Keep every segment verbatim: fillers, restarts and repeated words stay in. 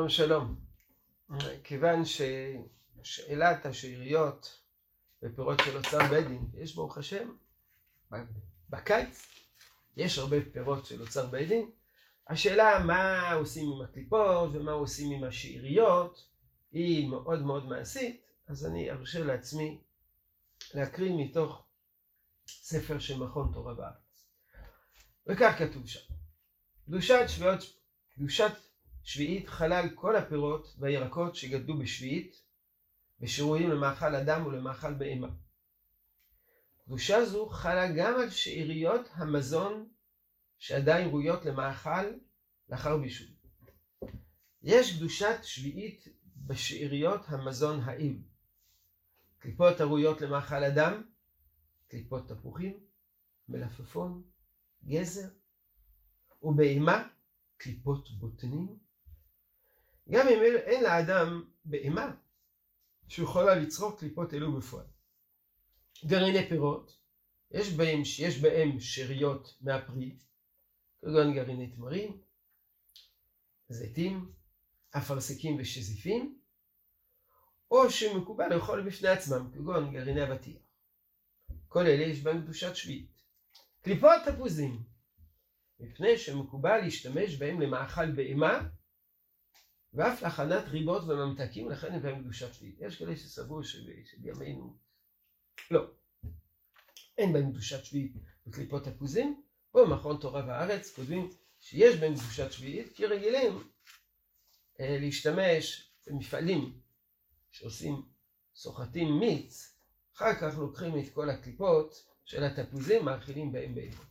שלום שלום. כיוון ששאלת השאריות ופירות של אוצר בית דין, יש ברוך השם, בקיץ יש הרבה פירות של אוצר בית דין. השאלה מה עושים עם הקליפות ומה עושים עם השאריות היא מאוד מאוד מעשית, אז אני ארשה לעצמי להקריא מתוך ספר של מכון תורה בארץ. וכך כתוב שם: קדושת שביעות, קדושת שביעית חלל כל הפירות והירקות שגדלו בשביעית ושראויים למאכל אדם ולמאכל בהמה. קדושה זו חלה גם על שאריות המזון שעדיין ראויות למאכל לאחר בישול. יש קדושת שביעית בשאריות המזון האילו: קליפות הראויות למאכל אדם, קליפות תפוחים, מלפפון, גזר, ובהמה קליפות בוטנים. גם אם אין לאדם בהמה שיכולה לצרוך קליפות אלו בפועל. גרעיני פירות, יש בהם, יש בהם שאריות מהפרי, כגון גרעיני תמרים, זיתים, אפרסקים ושזיפים, או שמקובל לאכול בפני עצמם, כגון גרעיני אבטיח. כל אלה יש בהם קדושת שביעית. קליפות תפוזים, מפני שמקובל להשתמש בהם למאכל בהמה, ואף להכנת ריבות וממתקים, לכן הם בהם קדושת שביעית. יש כאלה שסברו שבימינו לא, אין בהם קדושת שביעית בקליפות תפוזים. פה במכון תורה בארץ כותבים שיש בהם קדושת שביעית, כי רגילים אה, להשתמש במפעלים שעושים סוחטים מיץ, אחר כך לוקחים את כל הקליפות של התפוזים, מאכילים בהם בהמות.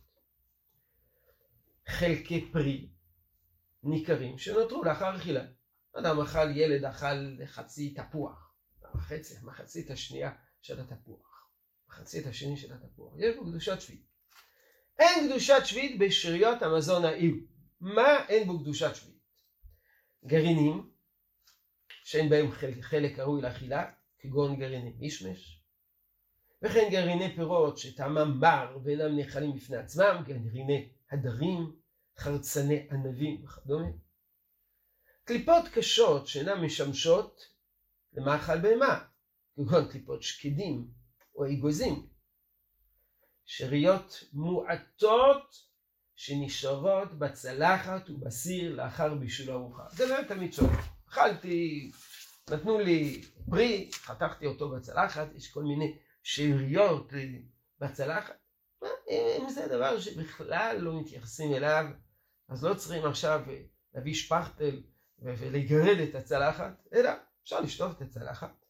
חלקי פרי ניכרים שנותרו לאחר אכילה. אדם אכל, ילד אכל חצי תפוח, מחצי, מחצית השנייה של התפוח, מחצית השני של התפוח. יש בו קדושת שביעית. אין קדושת שביעית בשאריות המזון האילו. מה אין בו קדושת שביעית? גרעינים שאין בהם חלק, חלק ראוי לאכילה, כגון גרעיני מישמש, וכן גרעיני פירות שטעמם מר ואינם נאכלים בפני עצמם, גרעיני הדרים, חרצני ענבים וכדומה. קליפות קשות שאינן משמשות למאכל בהמה, כגון קליפות שקדים או אגוזים. שאריות מועטות שנשארות בצלחת ובסיר לאחר בישול הארוחה. זה לא תמיד שואל. אכלתי, נתנו לי פרי, חתכתי אותו בצלחת, יש כל מיני שאריות בצלחת. אם זה דבר שבכלל לא מתייחסים אליו, אז לא צריכים עכשיו להביא שפכטל ולגרד את הצלחת, אלא אפשר לשטוף את הצלחת.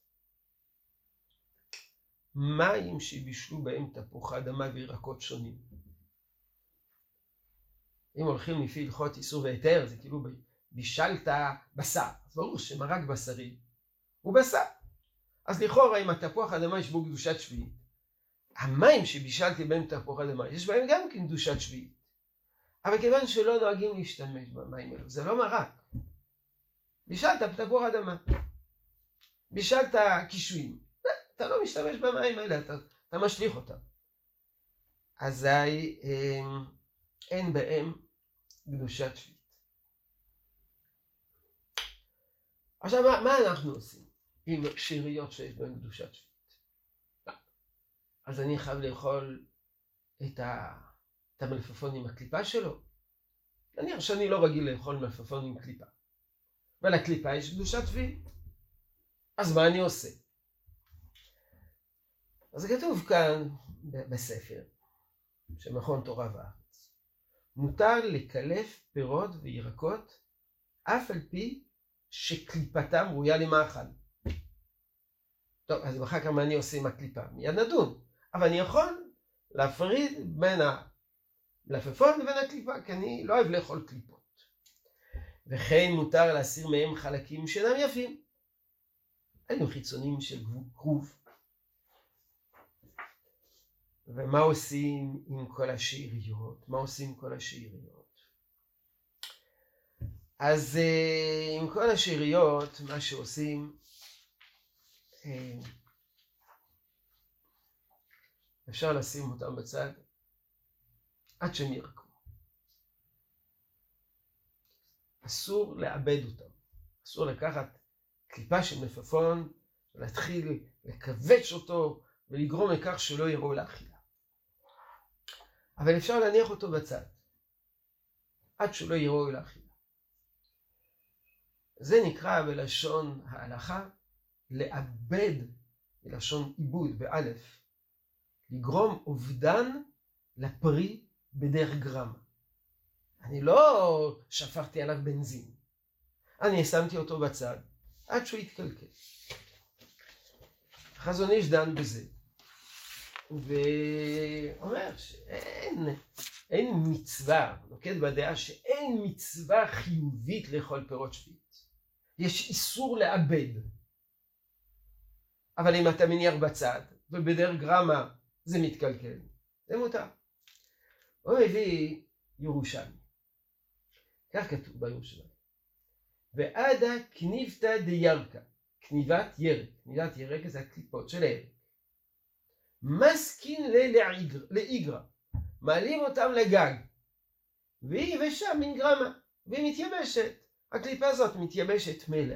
מים שבישלו בהם תפוח אדמה וירקות שונים. אם הולכים לפי הלכות איסור והיתר, זה כאילו בישלת בשר. אז ברור שמרק בשרי הוא בשר. אז לכאורה אם התפוח אדמה יש בו קדושת שביעית, המים שבישלתי בהם תפוח אדמה יש בהם גם כן קדושת שביעית. אבל כיוון שלא נוהגים להשתמש במים האלו, זה לא מרק. בישלת תפוח אדמה, בישלת קישואים, אתה לא משתמש במים האלה, אתה, אתה משליך אותם. אזי אין בהם קדושת שביעית. עכשיו מה, מה אנחנו עושים עם שאריות שיש בהם קדושת שביעית? אז אני חייב לאכול את, ה, את המלפפון עם הקליפה שלו? נניח שאני לא רגיל לאכול מלפפון עם קליפה, ולקליפה יש קדושת שביעית. אז מה אני עושה? אז כתוב כאן בספר של מכון תורה בארץ, מותר לקלף פירות וירקות אף על פי שקליפתם ראויה למאכל. טוב, אז אחר כך מה אני עושה עם הקליפה? מיד נדון. אבל אני יכול להפריד בין המלפפון לבין הקליפה, כי אני לא אוהב לאכול קליפות. וכן מותר להסיר מהם חלקים שאינם יפים. אלו חיצונים של כרוב. ומה עושים עם כל השאריות? מה עושים עם כל השאריות? אז עם כל השאריות, מה שעושים, אפשר לשים אותם בצד עד שהם ירקמו. אסור לאבד אותם. אסור לקחת קליפה של מלפפון, ולהתחיל לכווץ אותו, ולגרום לכך שלא יראו לאכילה. אבל אפשר להניח אותו בצד, עד שלא יראו לאכילה. זה נקרא בלשון ההלכה, לאבד, בלשון עיבוד, באלף, לגרום אובדן לפרי בדרך גרמה. אני לא שפכתי עליו בנזין, אני שמתי אותו בצד, עד שהוא יתקלקל. החזון איש דן בזה, ואומר שאין אין מצווה, נוקט בדעה שאין מצווה חיובית לאכול פירות שביעית. יש איסור לאבד. אבל אם אתה מניח בצד, ובדרך גרמה זה מתקלקל, זה מותר. הוא מביא ירושלמי. כך כתוב בירושלמי. ועדה כניבתא דירקה. כניבת ירק. כניבת ירק זה הקליפות של הירק. מסכין לאיגרא. מעלים אותם לגג. והיא ושם מן גרמה. והיא מתייבשת. הקליפה הזאת מתייבשת מלא.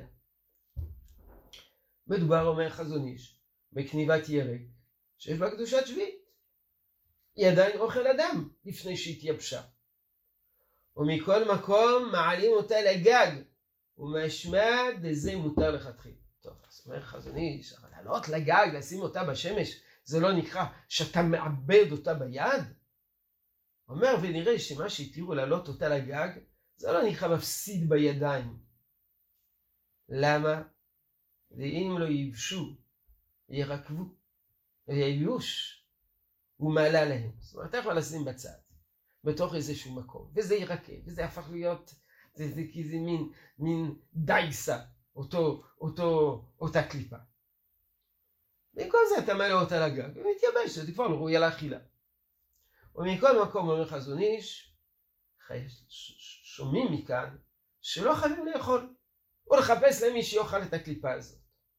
מדובר, אומר חזון איש, בכניבת ירק שיש בה קדושת שביעית. היא עדיין אוכל אדם לפני שהתייבשה. ומכל מקום מעלים אותה לגג. ומשמע דזה מותר לכתחילה. טוב, אז אומר חזון איש, אבל לעלות לגג, לשים אותה בשמש, זה לא נקרא שאתה מאבד אותה ביד? אומר, ונראה שמה שהתירו לעלות אותה לגג, זה לא נקרא מפסיד בידיים. למה? ואם לא ייבשו, ירקבו, וייבוש, הוא מעלה להם. זאת אומרת, אתה יכול לשים בצד, בתוך איזשהו מקום, וזה ירקב, וזה הפך להיות, זה, זה כזה מין, מין דייסה, אותו, אותו, אותה קליפה. במקום זה אתה מעלה אותה לגג, ומתייבשת, זה כבר לא ראויה לאכילה. ומכל מקום אומר חזון איש, שומעים מכאן, שלא חייבים לאכול, או לחפש למי שיאכל את הקליפה הזאת.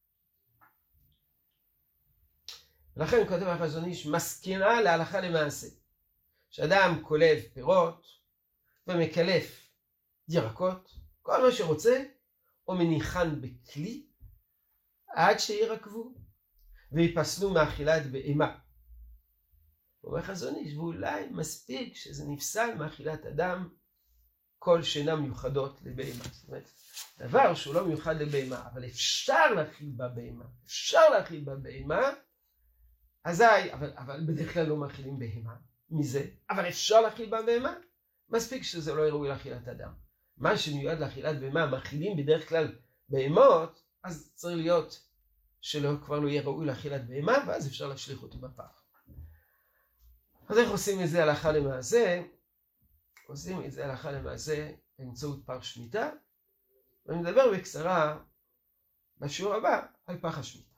לכן כותב החזון איש, מסכינה להלכה למעשה. שאדם קולב פירות ומקלף ירקות, כל מה שרוצה, או מניחן בכלי, עד שירקבו, ויפסלו מאכילת בהמה. אומר חזון איש, ואולי מספיק שזה נפסל מאכילת אדם, כל שאינם מיוחדות לבהמה. זאת אומרת, דבר שהוא לא מיוחד לבהמה, אבל אפשר להכיל בבהמה, אפשר להכיל בבהמה, אזי, אבל, אבל בדרך כלל לא מאכילים בהמה מזה, אבל אפשר להכיל בבהמה, מספיק שזה לא ראוי לאכילת אדם. מה שמיועד לאכילת בהמה, מאכילים בדרך כלל בהמות, אז צריך להיות שלא כבר לא יהיה ראוי לאכילת בהמה, ואז אפשר להשליך אותו בפח. אז איך עושים את זה הלכה למעשה? עושים את זה הלכה למעשה באמצעות פר שמיטה, ואני מדבר בקצרה בשיעור הבא על פח השמיטה.